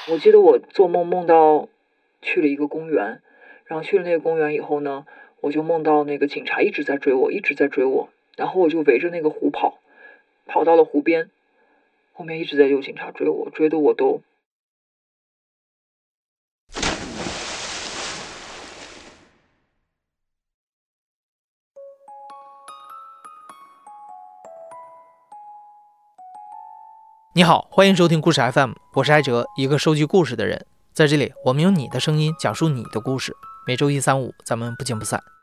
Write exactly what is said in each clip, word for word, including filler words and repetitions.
我记得我做梦梦到去了一个公园，然后去了那个公园以后呢，我就梦到那个警察一直在追我，一直在追我，然后我就围着那个湖跑，跑到了湖边，后面一直在有警察追我，追得我都。 你好，欢迎收听故事 F M， 我是艾哲，一个收集故事的人。在这里，我们用你的声音讲述你的故事。每周一、三、五，咱们不见不散。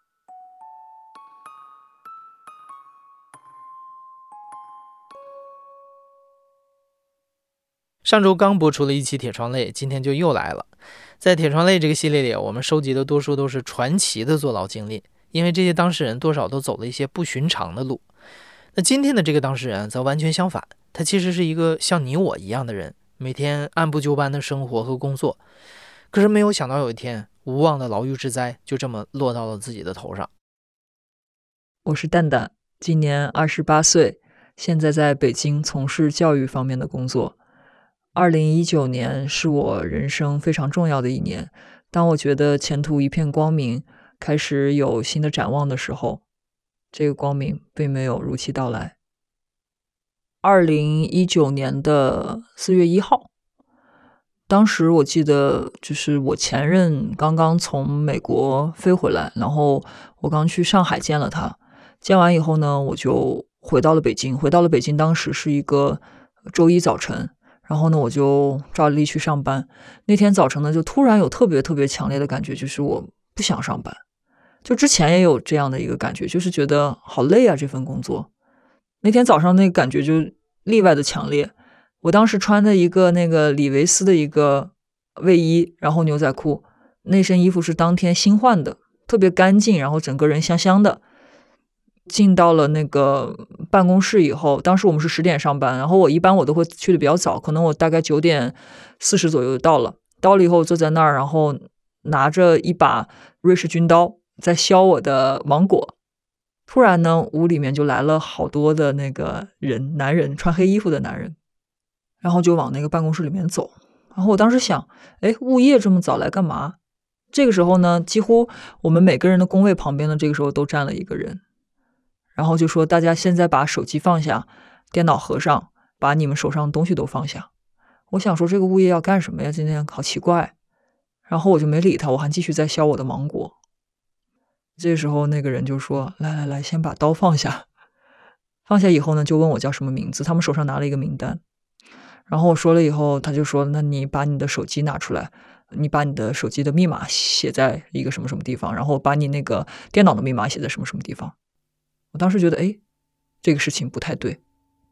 上周刚播出了一期铁窗泪，今天就又来了。在铁窗泪这个系列里，我们收集的多数都是传奇的坐牢经历，因为这些当事人多少都走了一些不寻常的路。那今天的这个当事人则完全相反，他其实是一个像你我一样的人，每天按部就班的生活和工作。可是没有想到有一天，无望的牢狱之灾就这么落到了自己的头上。 我是蛋蛋，今年二十八岁，现在在北京从事教育方面的工作。二零一九年是我人生非常重要的一年，当我觉得前途一片光明，开始有新的展望的时候，这个光明并没有如期到来。二零一九年的四月一号，当时我记得就是我前任刚刚从美国飞回来，然后我刚去上海见了他，见完以后呢，我就回到了北京。回到了北京，当时是一个周一早晨，然后呢，我就照例去上班。那天早晨呢，就突然有特别特别强烈的感觉，就是我不想上班。就之前也有这样的一个感觉，就是觉得好累啊，这份工作。那天早上那个感觉就例外的强烈。我当时穿的一个那个李维斯的一个卫衣，然后牛仔裤，那身衣服是当天新换的，特别干净，然后整个人香香的。进到了那个办公室以后，当时我们是十点上班，然后我一般我都会去的比较早，可能我大概九点四十左右就到了。到了以后坐在那儿，然后拿着一把瑞士军刀在削我的芒果。突然呢，屋里面就来了好多的那个人，男人，穿黑衣服的男人，然后就往那个办公室里面走。然后我当时想，哎，物业这么早来干嘛？这个时候呢，几乎我们每个人的工位旁边呢，这个时候都站了一个人。然后就说大家现在把手机放下，电脑合上，把你们手上的东西都放下。我想说这个物业要干什么呀？今天好奇怪。然后我就没理他，我还继续在削我的芒果。这时候那个人就说，来来来，先把刀放下。放下以后呢，就问我叫什么名字，他们手上拿了一个名单。然后我说了以后，他就说，那你把你的手机拿出来，你把你的手机的密码写在一个什么什么地方，然后把你那个电脑的密码写在什么什么地方。我当时觉得，哎，这个事情不太对。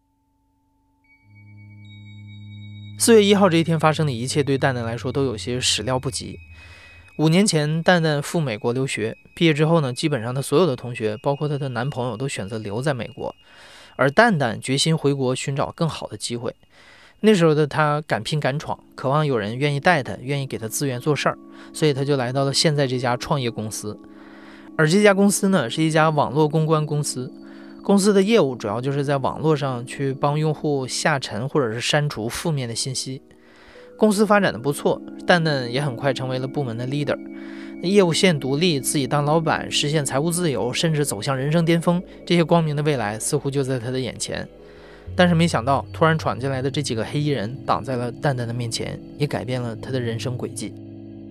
四月一号这一天发生的一切，对蛋蛋来说都有些始料不及。五年前，蛋蛋赴美国留学，毕业之后呢，基本上他所有的同学，包括她的男朋友，都选择留在美国，而蛋蛋决心回国寻找更好的机会。那时候的他敢拼敢闯，渴望有人愿意带他，愿意给他资源做事儿，所以他就来到了现在这家创业公司。而这家公司呢，是一家网络公关公司，公司的业务主要就是在网络上去帮用户下沉或者是删除负面的信息。公司发展的不错，蛋蛋也很快成为了部门的 leader， 业务线独立，自己当老板，实现财务自由，甚至走向人生巅峰，这些光明的未来似乎就在他的眼前。但是没想到，突然闯进来的这几个黑衣人挡在了蛋蛋的面前，也改变了他的人生轨迹。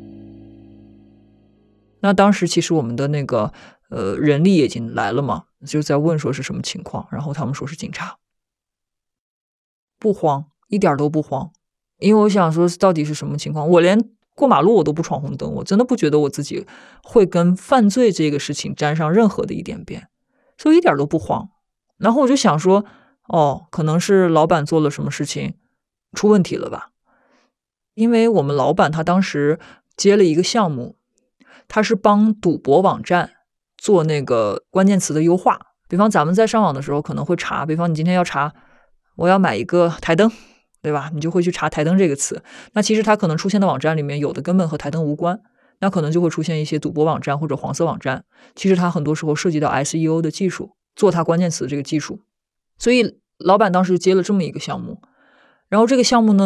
那当时其实我们的那个呃人力也已经来了嘛，就在问说是什么情况，然后他们说是警察。不慌，一点都不慌，因为我想说到底是什么情况，我连过马路我都不闯红灯，我真的不觉得我自己会跟犯罪这个事情沾上任何的一点边，所以一点都不慌。然后我就想说，哦，可能是老板做了什么事情出问题了吧，因为我们老板他当时接了一个项目，他是帮赌博网站做那个关键词的优化。比方咱们在上网的时候可能会查，比方你今天要查我要买一个台灯，对吧？你就会去查台灯这个词，那其实它可能出现的网站里面有的根本和台灯无关，那可能就会出现一些赌博网站或者黄色网站，其实它很多时候涉及到 S E O 的技术，做它关键词的这个技术。所以老板当时接了这么一个项目，然后这个项目呢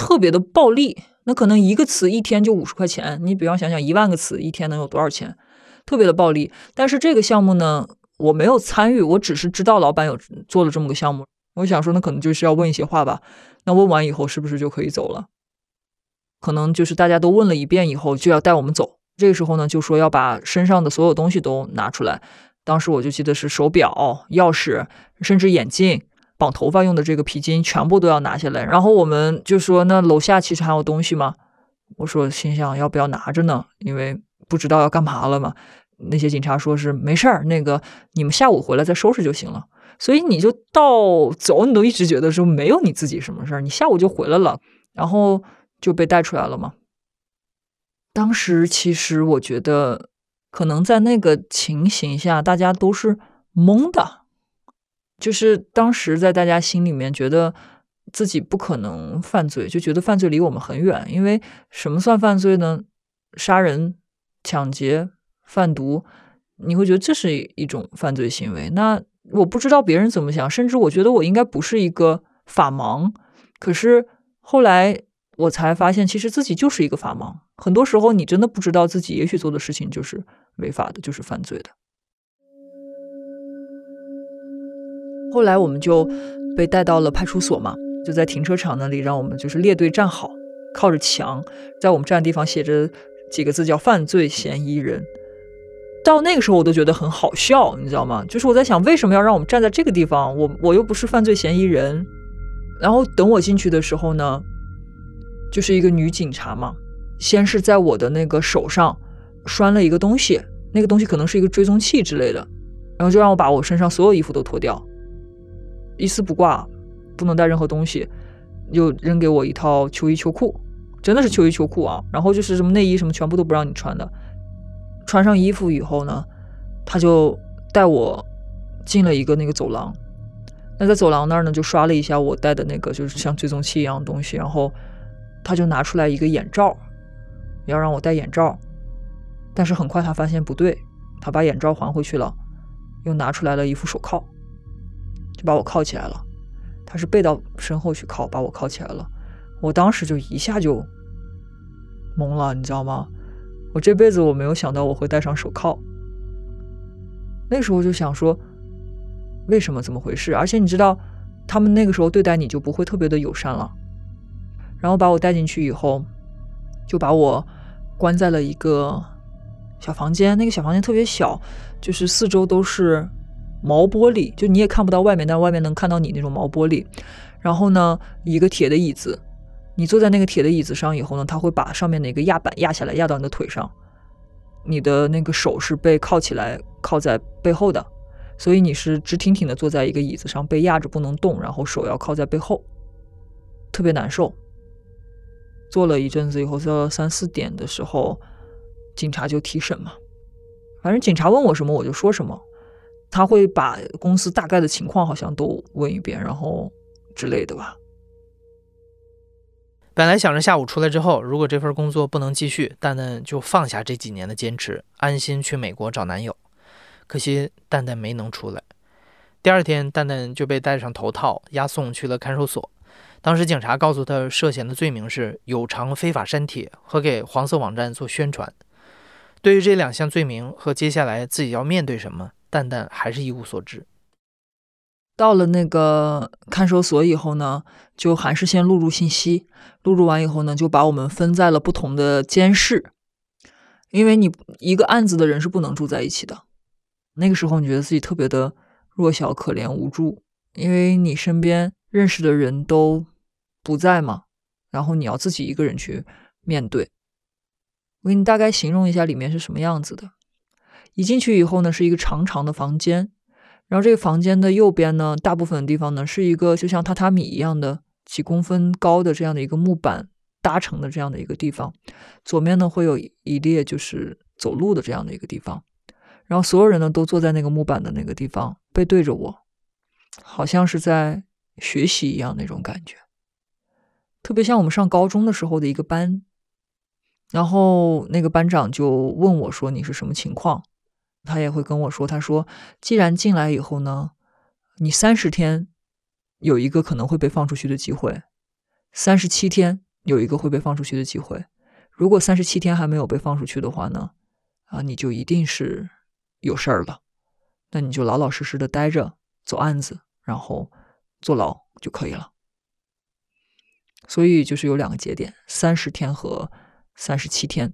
特别的暴利，那可能一个词一天就五十块钱，你比方想想一万个词一天能有多少钱，特别的暴利。但是这个项目呢，我没有参与，我只是知道老板有做了这么个项目，我想说那可能就是要问一些话吧，那问完以后是不是就可以走了？可能就是大家都问了一遍以后就要带我们走，这个时候呢就说要把身上的所有东西都拿出来，当时我就记得是手表、钥匙，甚至眼镜、绑头发用的这个皮筋全部都要拿下来。然后我们就说那楼下其实还有东西吗？我说心想要不要拿着呢，因为不知道要干嘛了嘛。那些警察说是没事儿，那个你们下午回来再收拾就行了。所以你就到走你都一直觉得说没有你自己什么事儿，你下午就回来了，然后就被带出来了嘛。当时其实我觉得可能在那个情形下大家都是懵的，就是当时在大家心里面觉得自己不可能犯罪，就觉得犯罪离我们很远。因为什么算犯罪呢？杀人、抢劫、贩毒，你会觉得这是一种犯罪行为。那我不知道别人怎么想，甚至我觉得我应该不是一个法盲，可是后来我才发现其实自己就是一个法盲。很多时候你真的不知道自己也许做的事情就是违法的，就是犯罪的。后来我们就被带到了派出所嘛，就在停车场那里让我们就是列队站好，靠着墙，在我们站的地方写着几个字叫犯罪嫌疑人。到那个时候我都觉得很好笑，你知道吗？就是我在想为什么要让我们站在这个地方，我我又不是犯罪嫌疑人。然后等我进去的时候呢，就是一个女警察嘛，先是在我的那个手上拴了一个东西，那个东西可能是一个追踪器之类的，然后就让我把我身上所有衣服都脱掉，一丝不挂，不能带任何东西，又扔给我一套秋衣秋裤，真的是秋衣秋裤啊，然后就是什么内衣什么全部都不让你穿的。穿上衣服以后呢，他就带我进了一个那个走廊，那在走廊那儿呢就刷了一下我带的那个就是像追踪器一样的东西，然后他就拿出来一个眼罩，要让我戴眼罩，但是很快他发现不对，他把眼罩还回去了，又拿出来了一副手铐，就把我铐起来了。他是背到身后去铐，把我铐起来了。我当时就一下就懵了，你知道吗？我这辈子我没有想到我会戴上手铐。那时候就想说为什么怎么回事，而且你知道他们那个时候对待你就不会特别的友善了。然后把我带进去以后，就把我关在了一个小房间，那个小房间特别小，就是四周都是毛玻璃，就你也看不到外面，但外面能看到你那种毛玻璃。然后呢，一个铁的椅子，你坐在那个铁的椅子上以后呢，他会把上面的一个压板压下来，压到你的腿上，你的那个手是被铐起来，铐在背后的，所以你是直挺挺的坐在一个椅子上，被压着不能动，然后手要铐在背后，特别难受。坐了一阵子以后，到三四点的时候，警察就提审嘛，反正警察问我什么我就说什么，他会把公司大概的情况好像都问一遍，然后之类的吧。 本来想着下午出来之后，如果这份工作不能继续，蛋蛋就放下这几年的坚持，安心去美国找男友。可惜蛋蛋没能出来。第二天，蛋蛋就被戴上头套，押送去了看守所。当时警察告诉他，涉嫌的罪名是有偿非法删帖和给黄色网站做宣传。对于这两项罪名和接下来自己要面对什么，蛋蛋还是一无所知。 到了那个看守所以后呢，就还是先录入信息，录入完以后呢，就把我们分在了不同的监室，因为你一个案子的人是不能住在一起的。那个时候你觉得自己特别的弱小、可怜、无助，因为你身边认识的人都不在嘛，然后你要自己一个人去面对。我给你大概形容一下里面是什么样子的。一进去以后呢，是一个长长的房间，然后这个房间的右边呢，大部分的地方呢是一个就像榻榻米一样的几公分高的这样的一个木板搭成的这样的一个地方，左面呢会有一列就是走路的这样的一个地方，然后所有人呢都坐在那个木板的那个地方，背对着我，好像是在学习一样那种感觉，特别像我们上高中的时候的一个班。然后那个班长就问我说你是什么情况，他也会跟我说，他说既然进来以后呢，你三十天有一个可能会被放出去的机会，三十七天有一个会被放出去的机会。如果三十七天还没有被放出去的话呢，啊，你就一定是有事儿了。那你就老老实实的待着，走案子，然后坐牢就可以了。所以就是有两个节点，三十天和三十七天。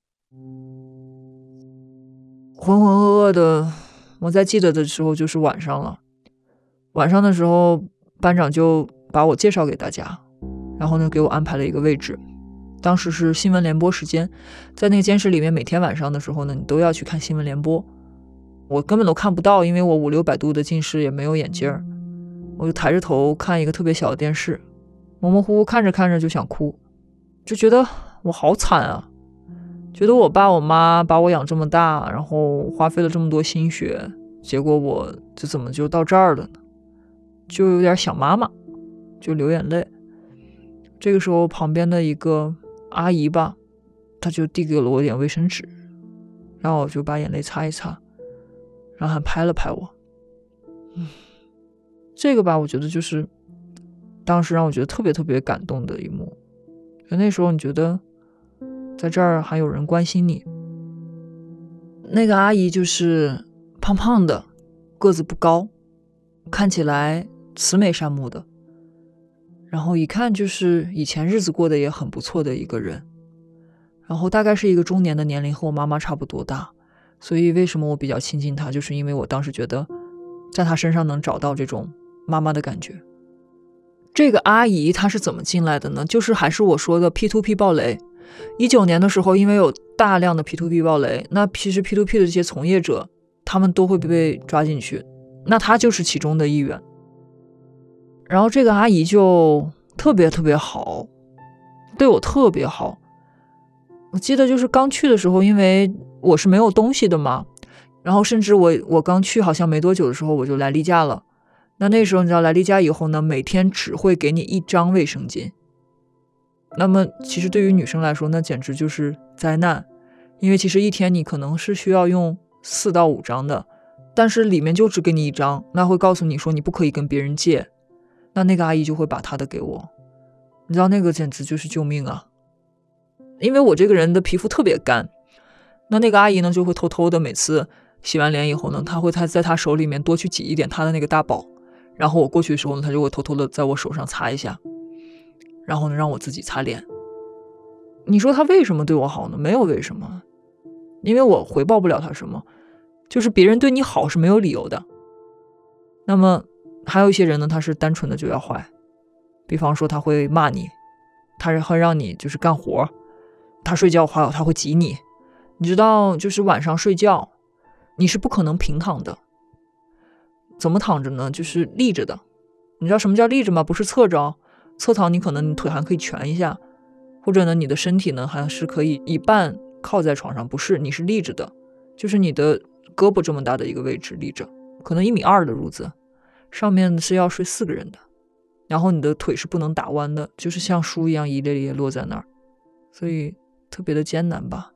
浑浑噩噩的，我在记得的时候就是晚上了。晚上的时候，班长就把我介绍给大家，然后呢给我安排了一个位置。当时是新闻联播时间，在那个监室里面，每天晚上的时候呢，你都要去看新闻联播。我根本都看不到，因为我五六百度的近视，也没有眼镜儿，我就抬着头看一个特别小的电视，模模糊糊看着看着就想哭，就觉得我好惨啊，觉得我爸我妈把我养这么大，然后花费了这么多心血，结果我这怎么就到这儿了呢？就有点想妈妈，就流眼泪。这个时候旁边的一个阿姨吧，她就递给了我一点卫生纸，然后我就把眼泪擦一擦，然后还拍了拍我。嗯，这个吧，我觉得就是当时让我觉得特别特别感动的一幕。就那时候你觉得在这儿还有人关心你。那个阿姨就是胖胖的，个子不高，看起来慈眉善目的，然后一看就是以前日子过得也很不错的一个人，然后大概是一个中年的年龄，和我妈妈差不多大。所以为什么我比较亲近她，就是因为我当时觉得在她身上能找到这种妈妈的感觉。这个阿姨她是怎么进来的呢？就是还是我说的 P to P 暴雷。一九年的时候，因为有大量的 P to P 暴雷，那其实 P to P 的这些从业者他们都会被抓进去，那她就是其中的一员。然后这个阿姨就特别特别好，对我特别好。我记得就是刚去的时候，因为我是没有东西的嘛，然后甚至我我刚去好像没多久的时候我就来例假了。那那时候你知道来例假以后呢，每天只会给你一张卫生巾。那么其实对于女生来说，那简直就是灾难，因为其实一天你可能是需要用四到五张的，但是里面就只给你一张，那会告诉你说你不可以跟别人借。那那个阿姨就会把她的给我，你知道那个简直就是救命啊！因为我这个人的皮肤特别干，那那个阿姨呢就会偷偷的每次洗完脸以后呢，她会她在她手里面多去挤一点她的那个大宝，然后我过去的时候呢，她就会偷偷的在我手上擦一下，然后呢让我自己擦脸。你说她为什么对我好呢？没有为什么，因为我回报不了她什么，就是别人对你好是没有理由的。那么还有一些人呢，他是单纯的就要坏，比方说他会骂你，他会让你就是干活，他睡觉话他会挤你。你知道就是晚上睡觉你是不可能平躺的，怎么躺着呢？就是立着的。你知道什么叫立着吗？不是侧着，侧躺你可能你腿还可以蜷一下，或者呢你的身体呢还是可以一半靠在床上，不是，你是立着的，就是你的胳膊这么大的一个位置立着，可能一米二的褥子，上面是要睡四个人的，然后你的腿是不能打弯的，就是像书一样一列列落在那儿，所以特别的艰难吧。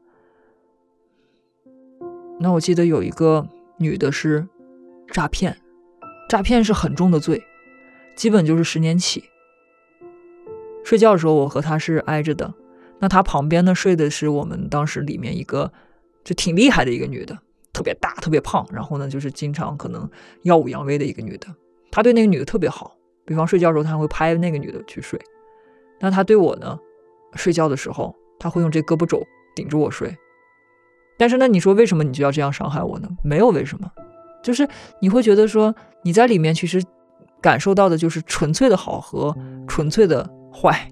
那我记得有一个女的是诈骗，诈骗是很重的罪，基本就是十年起。睡觉的时候我和她是挨着的，那她旁边呢睡的是我们当时里面一个就挺厉害的一个女的，特别大特别胖，然后呢就是经常可能耀武扬威的一个女的。他对那个女的特别好，比方睡觉的时候他会拍那个女的去睡。那他对我呢，睡觉的时候他会用这胳膊肘顶着我睡。但是呢你说为什么你就要这样伤害我呢？没有为什么，就是你会觉得说你在里面其实感受到的就是纯粹的好和纯粹的坏。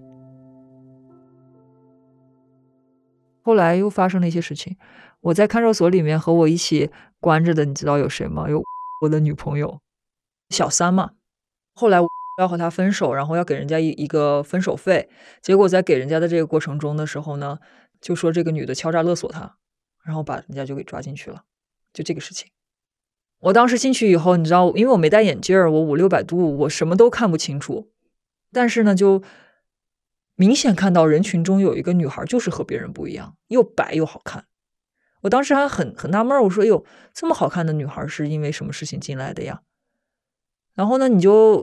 后来又发生了一些事情，我在看守所里面和我一起关着的，你知道有谁吗？有我的女朋友小三嘛。后来我要和他分手，然后要给人家一一个分手费，结果在给人家的这个过程中的时候呢，就说这个女的敲诈勒索他，然后把人家就给抓进去了，就这个事情。我当时进去以后，你知道因为我没戴眼镜，我五六百度，我什么都看不清楚，但是呢就明显看到人群中有一个女孩就是和别人不一样，又白又好看。我当时还很很纳闷，我说哎呦，这么好看的女孩是因为什么事情进来的呀？然后呢你就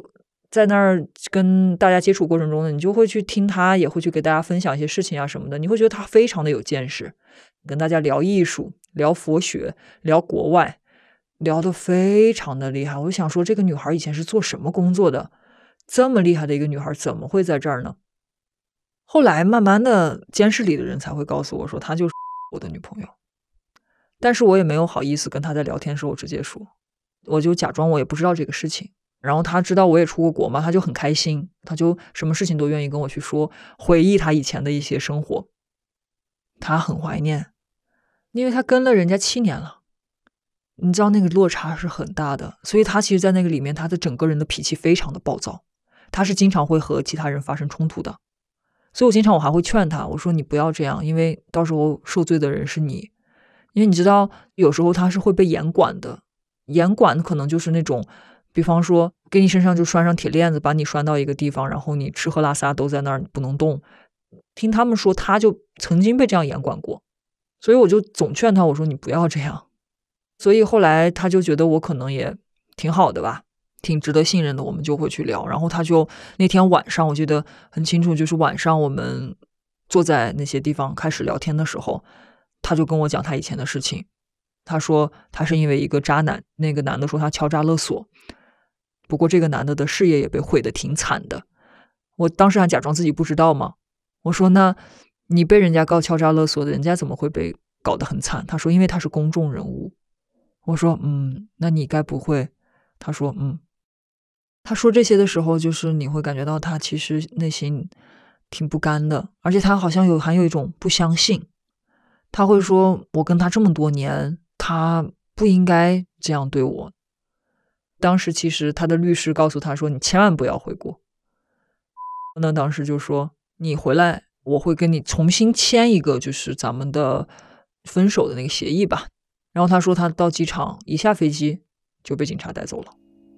在那儿跟大家接触过程中呢，你就会去听他，也会去给大家分享一些事情啊什么的，你会觉得他非常的有见识，跟大家聊艺术，聊佛学，聊国外，聊得非常的厉害。我就想说，这个女孩以前是做什么工作的？这么厉害的一个女孩怎么会在这儿呢？后来慢慢的监视里的人才会告诉我说，她就是我的女朋友。但是我也没有好意思跟她在聊天的时候直接说，我就假装我也不知道这个事情。然后他知道我也出过国嘛，他就很开心，他就什么事情都愿意跟我去说，回忆他以前的一些生活。他很怀念，因为他跟了人家七年了，你知道那个落差是很大的，所以他其实在那个里面，他的整个人的脾气非常的暴躁，他是经常会和其他人发生冲突的。所以我经常我还会劝他，我说你不要这样，因为到时候受罪的人是你。因为你知道有时候他是会被严管的，严管可能就是那种比方说给你身上就拴上铁链子，把你拴到一个地方，然后你吃喝拉撒都在那儿，你不能动。听他们说他就曾经被这样严管过，所以我就总劝他，我说你不要这样。所以后来他就觉得我可能也挺好的吧，挺值得信任的，我们就会去聊。然后他就那天晚上我记得很清楚，就是晚上我们坐在那些地方开始聊天的时候，他就跟我讲他以前的事情。他说他是因为一个渣男，那个男的说他敲诈勒索，不过这个男的的事业也被毁得挺惨的。我当时还假装自己不知道嘛，我说那你被人家告敲诈勒索的，人家怎么会被搞得很惨？他说因为他是公众人物。我说嗯，那你该不会？他说嗯。他说这些的时候，就是你会感觉到他其实内心挺不甘的，而且他好像有还有一种不相信。他会说我跟他这么多年，他不应该这样对我。当时其实他的律师告诉他说你千万不要回国。那当时就说你回来我会跟你重新签一个就是咱们的分手的那个协议吧。然后他说他到机场一下飞机就被警察带走了。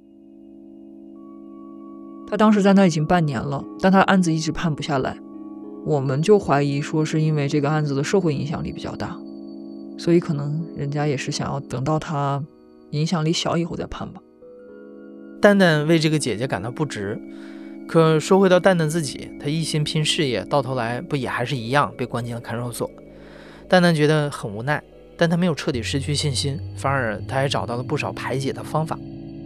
他当时在那已经半年了，但他案子一直判不下来，我们就怀疑说是因为这个案子的社会影响力比较大，所以可能人家也是想要等到他影响力小以后再判吧。 蛋蛋为这个姐姐感到不值，可说回到蛋蛋自己，他一心拼事业，到头来不也还是一样被关进了看守所。蛋蛋觉得很无奈，但他没有彻底失去信心，反而他还找到了不少排解的方法。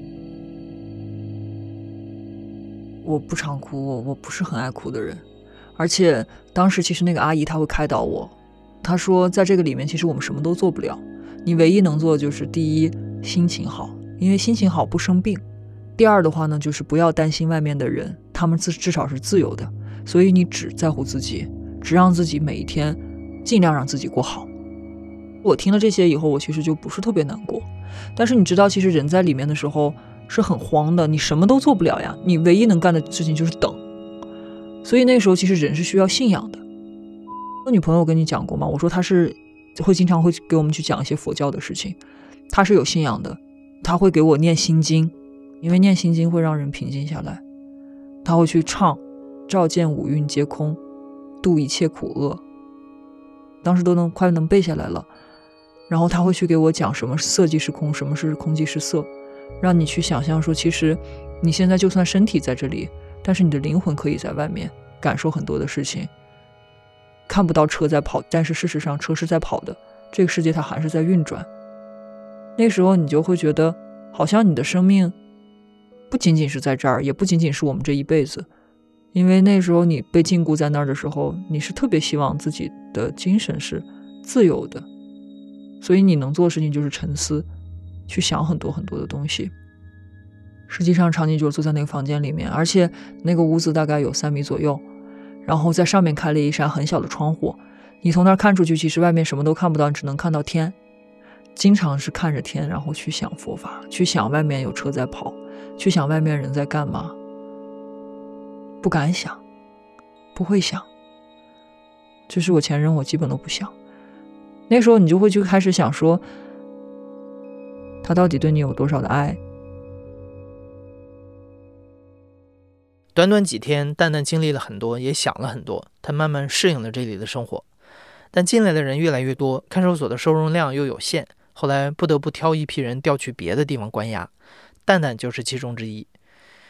我不常哭，我我不是很爱哭的人，而且当时其实那个阿姨她会开导我，她说在这个里面其实我们什么都做不了，你唯一能做的就是第一心情好，因为心情好不生病。第二的话呢，就是不要担心外面的人，他们至至少是自由的，所以你只在乎自己，只让自己每一天尽量让自己过好。我听了这些以后，我其实就不是特别难过。但是你知道其实人在里面的时候是很慌的，你什么都做不了呀，你唯一能干的事情就是等。所以那时候其实人是需要信仰的。我女朋友跟你讲过吗？我说她是会经常会给我们去讲一些佛教的事情，她是有信仰的，她会给我念心经，因为念心经会让人平静下来。她会去唱照见五蕴皆空，度一切苦厄，当时都能快能背下来了。然后她会去给我讲什么色即是空，什么是空即是色，让你去想象说其实你现在就算身体在这里，但是你的灵魂可以在外面感受很多的事情。看不到车在跑，但是事实上车是在跑的，这个世界它还是在运转。那时候你就会觉得好像你的生命不仅仅是在这儿，也不仅仅是我们这一辈子。因为那时候你被禁锢在那儿的时候，你是特别希望自己的精神是自由的，所以你能做的事情就是沉思，去想很多很多的东西。实际上场景就是坐在那个房间里面，而且那个屋子大概有三米左右，然后在上面开了一扇很小的窗户，你从那儿看出去其实外面什么都看不到，你只能看到天。经常是看着天，然后去想佛法，去想外面有车在跑，去想外面人在干嘛。不敢想，不会想，就是我前任我基本都不想。那时候你就会去开始想说他到底对你有多少的爱。 短短几天，蛋蛋经历了很多，也想了很多，他慢慢适应了这里的生活。但进来的人越来越多，看守所的收容量又有限，后来不得不挑一批人调去别的地方关押，蛋蛋就是其中之一。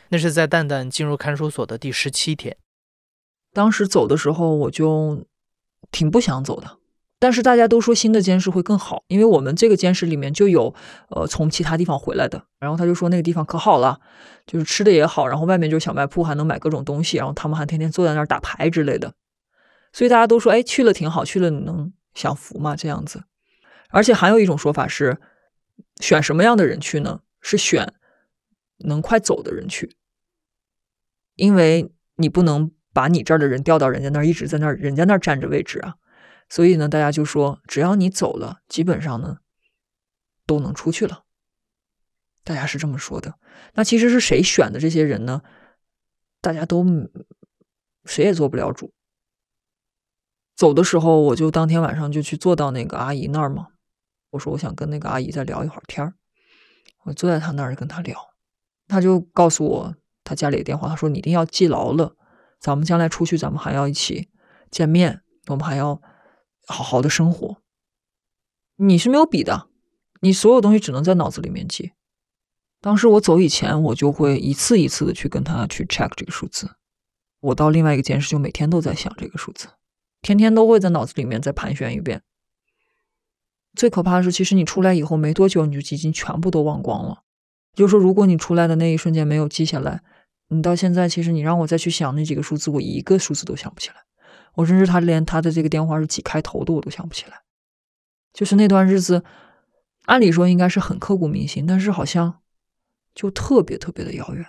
那是在蛋蛋进入看守所的第十七天。 当时走的时候我就挺不想走的，但是大家都说新的监室会更好，因为我们这个监室里面就有呃从其他地方回来的，然后他就说那个地方可好了，就是吃的也好，然后外面就是小卖铺，还能买各种东西，然后他们还天天坐在那儿打牌之类的，所以大家都说哎去了挺好，去了你能享福嘛这样子。而且还有一种说法是选什么样的人去呢？是选能快走的人去，因为你不能把你这儿的人调到人家那儿，一直在那儿人家那儿占着位置啊。所以呢，大家就说只要你走了，基本上呢都能出去了。大家是这么说的。那其实是谁选的这些人呢？大家都谁也做不了主。走的时候，我就当天晚上就去坐到那个阿姨那儿嘛。我说我想跟那个阿姨再聊一会儿天儿。我坐在她那儿跟她聊，她就告诉我她家里的电话，她说你一定要记牢了，咱们将来出去咱们还要一起见面，我们还要好好的生活。你是没有笔的，你所有东西只能在脑子里面记。当时我走以前，我就会一次一次的去跟他去 check 这个数字。我到另外一个监室就每天都在想这个数字，天天都会在脑子里面再盘旋一遍。最可怕的是，其实你出来以后没多久，你就已经全部都忘光了。就是说，如果你出来的那一瞬间没有记下来，你到现在其实你让我再去想那几个数字，我一个数字都想不起来。我甚至他连他的这个电话是几开头的我都想不起来。就是那段日子按理说应该是很刻骨铭心，但是好像就特别特别的遥远。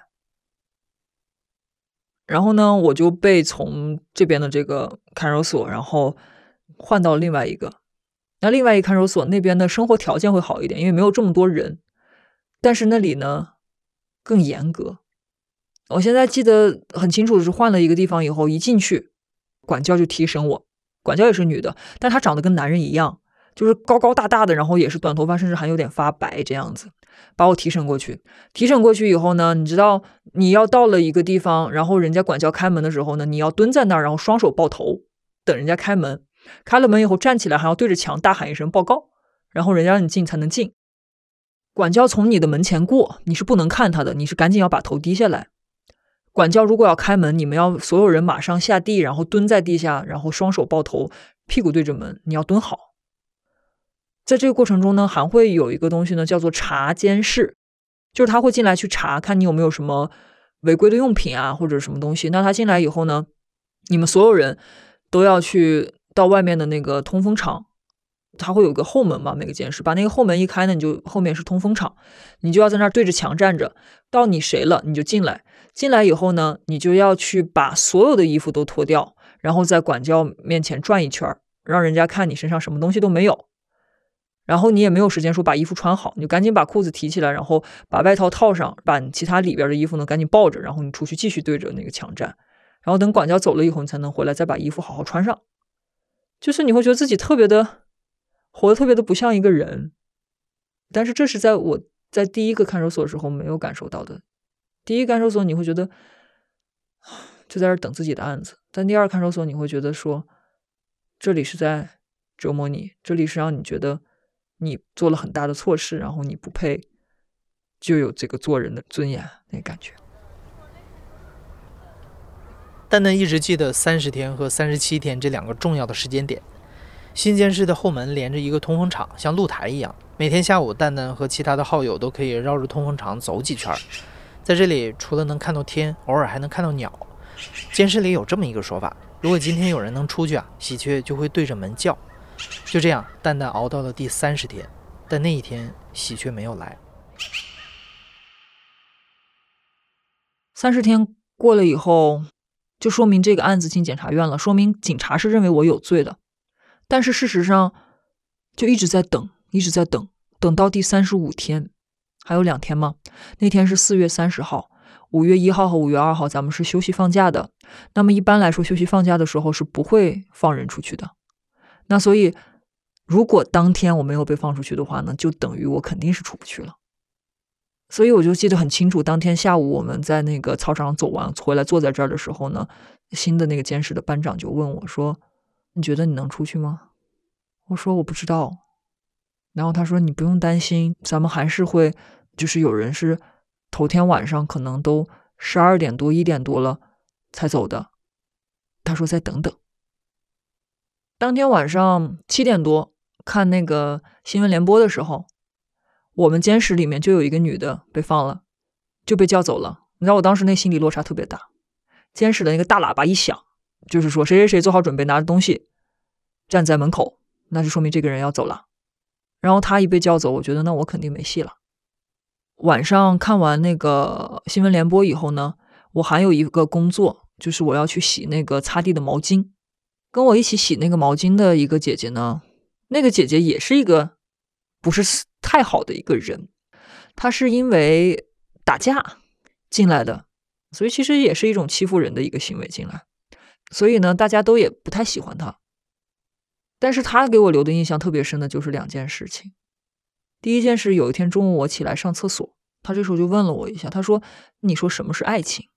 然后呢，我就被从这边的这个看守所然后换到另外一个，那另外一个看守所那边的生活条件会好一点，因为没有这么多人，但是那里呢更严格。我现在记得很清楚的是，换了一个地方以后，一进去管教就提审我，管教也是女的，但她长得跟男人一样，就是高高大大的，然后也是短头发，甚至还有点发白这样子，把我提审过去。提审过去以后呢，你知道你要到了一个地方，然后人家管教开门的时候呢，你要蹲在那儿，然后双手抱头等人家开门，开了门以后站起来还要对着墙大喊一声报告，然后人家让你进才能进。管教从你的门前过，你是不能看他的，你是赶紧要把头低下来。管教如果要开门，你们要所有人马上下地，然后蹲在地下，然后双手抱头，屁股对着门，你要蹲好。在这个过程中呢，还会有一个东西呢，叫做查监室，就是他会进来去查看你有没有什么违规的用品啊，或者什么东西。那他进来以后呢，你们所有人都要去到外面的那个通风场，它会有个后门嘛，每个监室把那个后门一开呢，你就后面是通风场，你就要在那儿对着墙站着，到你谁了你就进来。进来以后呢，你就要去把所有的衣服都脱掉，然后在管教面前转一圈，让人家看你身上什么东西都没有。然后你也没有时间说把衣服穿好，你就赶紧把裤子提起来，然后把外套套上，把你其他里边的衣服呢赶紧抱着，然后你出去继续对着那个墙站，然后等管教走了以后，你才能回来再把衣服好好穿上。就是你会觉得自己特别的活得特别的不像一个人，但是这是在我在第一个看守所的时候没有感受到的。第一看守所你会觉得就在这等自己的案子，但第二看守所你会觉得说这里是在折磨你，这里是让你觉得你做了很大的错事，然后你不配就有这个做人的尊严，那感觉。 蛋蛋一直记得三十天和三十七天这两个重要的时间点。新监室的后门连着一个通风场，像露台一样，每天下午蛋蛋和其他的号友都可以绕着通风场走几圈。在这里除了能看到天，偶尔还能看到鸟。监室里有这么一个说法，如果今天有人能出去啊，喜鹊就会对着门叫。就这样蛋蛋熬到了第三十天，但那一天喜鹊没有来。 三十天过了以后，就说明这个案子进检察院了，说明警察是认为我有罪的。但是事实上就一直在等，一直在等，等到第三十五天，还有两天吗？那天是四月三十号，五月一号和五月二号咱们是休息放假的。那么一般来说休息放假的时候是不会放人出去的。那所以如果当天我没有被放出去的话呢，就等于我肯定是出不去了。所以我就记得很清楚，当天下午我们在那个操场上走完回来坐在这儿的时候呢，新的那个监室的班长就问我说，你觉得你能出去吗？我说我不知道。然后他说你不用担心，咱们还是会就是有人是头天晚上可能都十二点多一点多了才走的。他说再等等。当天晚上七点多看那个新闻联播的时候，我们监室里面就有一个女的被放了，就被叫走了。你知道我当时那心理落差特别大，监室的那个大喇叭一响，就是说谁谁谁做好准备，拿着东西站在门口，那就说明这个人要走了。然后他一被叫走，我觉得那我肯定没戏了。晚上看完那个新闻联播以后呢，我还有一个工作，就是我要去洗那个擦地的毛巾。跟我一起洗那个毛巾的一个姐姐呢，那个姐姐也是一个不是太好的一个人，她是因为打架进来的，所以其实也是一种欺负人的一个行为进来，所以呢大家都也不太喜欢她。但是她给我留的印象特别深的就是两件事情。第一件事，有一天中午我起来上厕所，她这时候就问了我一下，她说你说什么是爱情？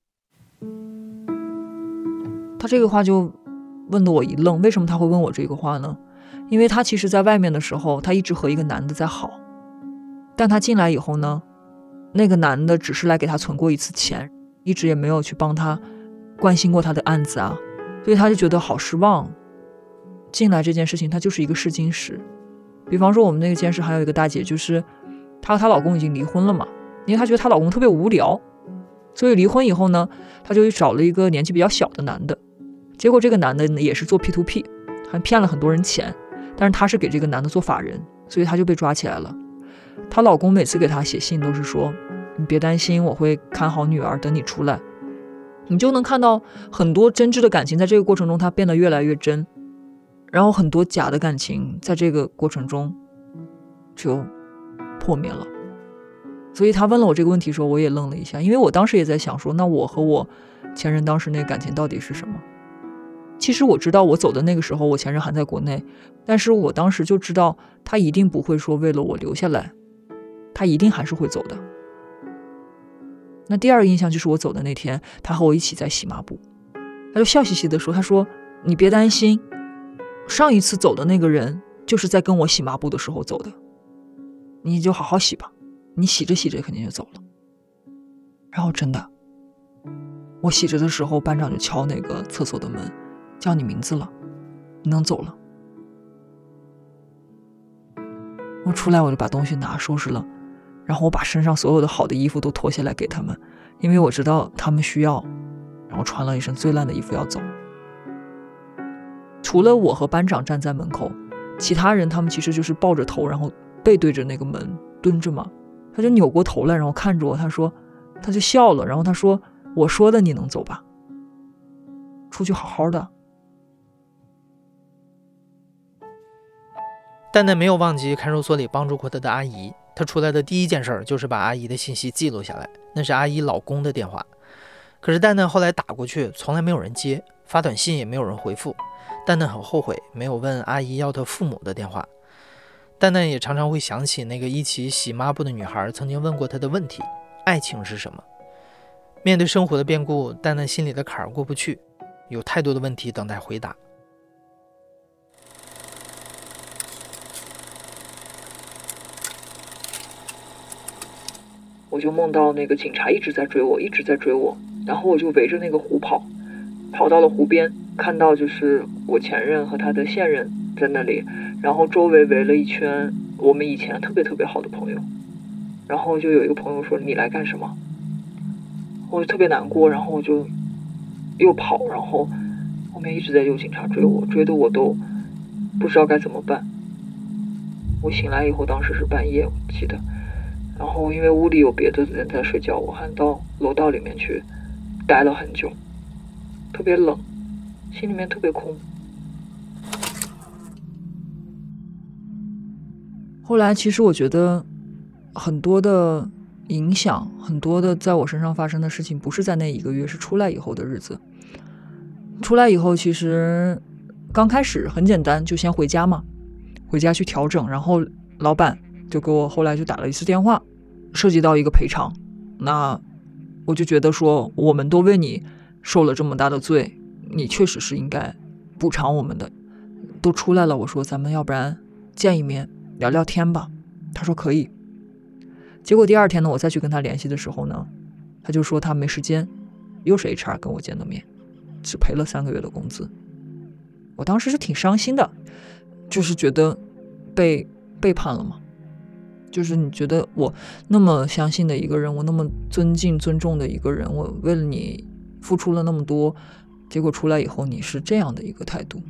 她这个话就问得我一愣。为什么她会问我这个话呢？因为她其实在外面的时候，她一直和一个男的在好，但她进来以后呢，那个男的只是来给她存过一次钱，一直也没有去帮她关心过她的案子啊，所以她就觉得好失望。进来这件事情她就是一个试金石。比方说我们那个监室还有一个大姐，就是她和她老公已经离婚了嘛，因为她觉得她老公特别无聊，所以离婚以后呢，她就找了一个年纪比较小的男的。结果这个男的也是做 P to P， 还骗了很多人钱，但是他是给这个男的做法人，所以他就被抓起来了。她老公每次给她写信都是说你别担心，我会看好女儿，等你出来。你就能看到很多真挚的感情在这个过程中它变得越来越真，然后很多假的感情在这个过程中就破灭了。所以他问了我这个问题的时候，我也愣了一下，因为我当时也在想说，那我和我前任当时那个感情到底是什么？其实我知道我走的那个时候我前任还在国内，但是我当时就知道他一定不会说为了我留下来，他一定还是会走的。那第二个印象就是我走的那天，他和我一起在洗抹布，他就笑嘻嘻的说，他说你别担心，上一次走的那个人就是在跟我洗抹布的时候走的，你就好好洗吧，你洗着洗着肯定就走了。然后真的，我洗着的时候，班长就敲那个厕所的门，叫你名字了，你能走了。我出来我就把东西拿收拾了，然后我把身上所有的好的衣服都脱下来给他们，因为我知道他们需要，然后穿了一身最烂的衣服要走。除了我和班长站在门口，其他人他们其实就是抱着头，然后背对着那个门蹲着嘛。他就扭过头来，然后看着我，他说，他就笑了，然后他说，我说的你能走吧，出去好好的。 蛋蛋没有忘记看守所里帮助过他的阿姨，他出来的第一件事就是把阿姨的信息记录下来，那是阿姨老公的电话。可是蛋蛋后来打过去从来没有人接，发短信也没有人回复。蛋蛋很后悔没有问阿姨要他父母的电话。蛋蛋也常常会想起那个一起洗抹布的女孩曾经问过他的问题，爱情是什么？面对生活的变故，蛋蛋心里的坎儿过不去，有太多的问题等待回答。 我就梦到那个警察一直在追我，一直在追我，然后我就围着那个湖跑，跑到了湖边，看到就是我前任和他的现任在那里，然后周围围了一圈我们以前特别特别好的朋友，然后就有一个朋友说你来干什么？我就特别难过，然后我就又跑，然后后面一直在有警察追我，追得我都不知道该怎么办。我醒来以后当时是半夜，我记得，然后因为屋里有别的人在睡觉，我还到楼道里面去待了很久，特别冷，心里面特别空。 后来其实我觉得很多的影响，很多的在我身上发生的事情不是在那一个月，是出来以后的日子。出来以后其实刚开始很简单，就先回家嘛，回家去调整，然后老板就给我后来就打了一次电话，涉及到一个赔偿。那我就觉得说我们都为你受了这么大的罪，你确实是应该补偿我们的。都出来了，我说咱们要不然见一面聊聊天吧，他说可以。结果第二天呢，我再去跟他联系的时候呢， 他就说他没时间，又是 H R 跟我见的面，只赔了三个月的工资。我当时是挺伤心的，就是觉得被背叛了嘛。就是你觉得我那么相信的一个人，我那么尊敬尊重的一个人，我为了你付出了那么多，结果出来以后你是这样的一个态度。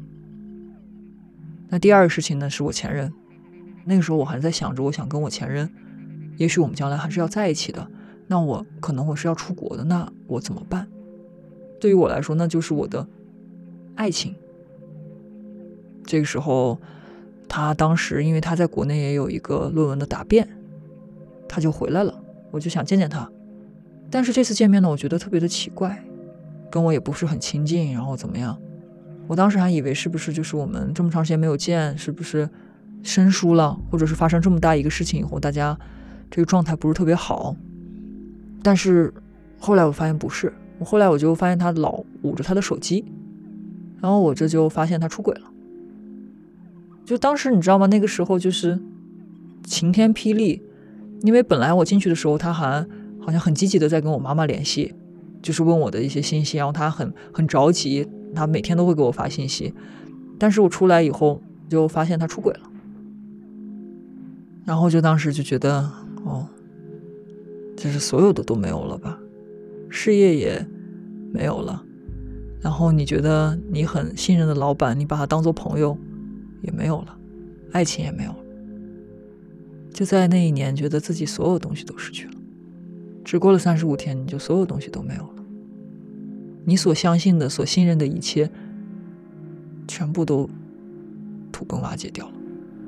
那第二个事情呢，是我前任。那个时候我还在想着，我想跟我前任也许我们将来还是要在一起的，那我可能我是要出国的，那我怎么办？对于我来说，那就是我的爱情。这个时候他当时因为他在国内也有一个论文的答辩，他就回来了，我就想见见他。但是这次见面呢，我觉得特别的奇怪，跟我也不是很亲近，然后怎么样，我当时还以为是不是就是我们这么长时间没有见，是不是生疏了，或者是发生这么大一个事情以后大家这个状态不是特别好。但是后来我发现不是，我后来我就发现他老捂着他的手机，然后我这就发现他出轨了。就当时你知道吗，那个时候就是晴天霹雳，因为本来我进去的时候他还好像很积极的在跟我妈妈联系，就是问我的一些信息，然后他很很着急，他每天都会给我发信息。但是我出来以后就发现他出轨了，然后就当时就觉得哦，就是所有的都没有了吧，事业也没有了，然后你觉得你很信任的老板，你把他当做朋友也没有了，爱情也没有了。就在那一年觉得自己所有东西都失去了，只过了三十五天，你就所有东西都没有了，你所相信的所信任的一切全部都土崩瓦解掉了。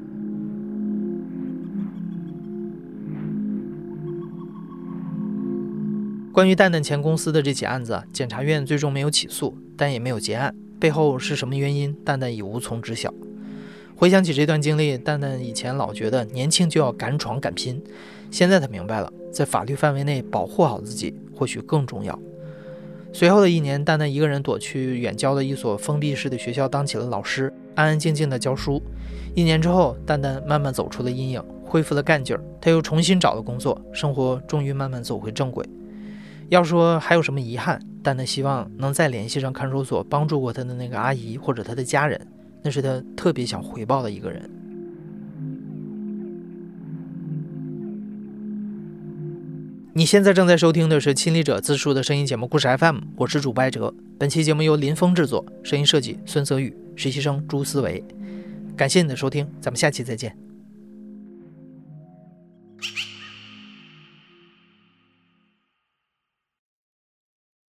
关于蛋蛋前公司的这起案子，检察院最终没有起诉，但也没有结案，背后是什么原因，蛋蛋已无从知晓。回想起这段经历，蛋蛋以前老觉得年轻就要敢闯敢拼，现在他明白了，在法律范围内保护好自己或许更重要。随后的一年，蛋蛋一个人躲去远郊的一所封闭式的学校当起了老师，安安静静的教书。一年之后，蛋蛋慢慢走出了阴影，恢复了干劲儿，他又重新找了工作，生活终于慢慢走回正轨。要说还有什么遗憾，蛋蛋希望能再联系上看守所帮助过他的那个阿姨或者他的家人，那是他特别想回报的一个人。你现在正在收听的是亲历者自述的声音节目故事 F M， 我是主播艾哲。本期节目由林峰制作，声音设计孙泽宇，实习生朱思维。感谢你的收听，咱们下期再见。